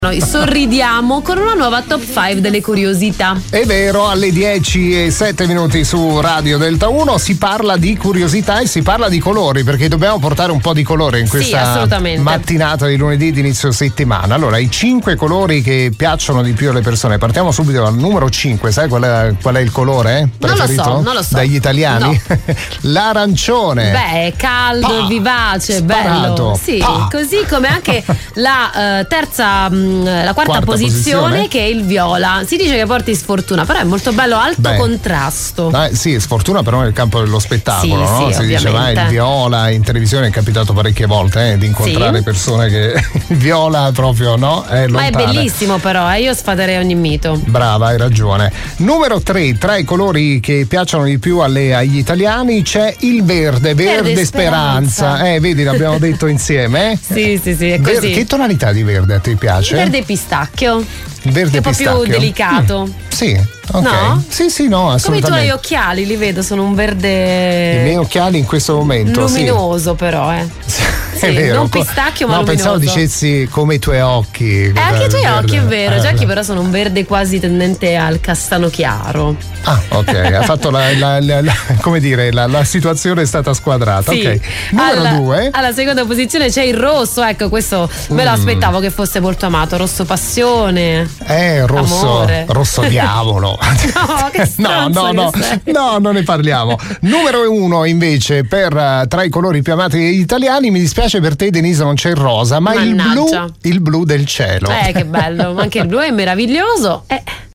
Noi sorridiamo con una nuova top 5 delle curiosità. È vero, alle 10:07 su Radio Delta 1 si parla di curiosità e si parla di colori, perché dobbiamo portare un po' di colore in questa mattinata di lunedì di inizio settimana. Allora, i 5 colori che piacciono di più alle persone. Partiamo subito dal numero 5. Sai qual è il colore preferito? Non lo so. Dagli italiani? No. L'arancione. Beh, è caldo, vivace, sparato. Bello. Sì, così come anche la quarta posizione, che è il viola. Si dice che porti sfortuna, però è molto bello, alto contrasto. Sì, sfortuna però nel campo dello spettacolo, sì, no? Sì, si diceva il viola in televisione, è capitato parecchie volte di incontrare persone che il viola proprio è lontane. Ma è bellissimo però, io sfaterei ogni mito. Brava, hai ragione. Numero 3, tra i colori che piacciono di più agli italiani c'è il verde speranza. Vedi, l'abbiamo detto insieme. Sì, è così. Che tonalità di verde a te piace? Verde pistacchio. Il verde è pistacchio. Un po' più delicato. Sì, ok. No? Sì, no, assolutamente. Come i tuoi occhiali, li vedo, sono un verde. I miei occhiali in questo momento. Luminoso, però, È vero. Non pistacchio, ma luminoso. Pensavo dicessi come i tuoi occhi. Anche i tuoi occhi, è vero. Gli occhi però sono un verde quasi tendente al castano chiaro. Ah, ok. Ha fatto come dire, la situazione è stata squadrata. Sì. Ok. Numero 2. Alla seconda posizione c'è il rosso. Ecco, questo me lo aspettavo che fosse molto amato. Rosso passione. Rosso diavolo. No, che no, non ne parliamo. Numero 1 invece tra i colori più amati degli italiani, mi dispiace per te Denise, non c'è il rosa, ma il blu del cielo. Che bello, anche il blu è meraviglioso.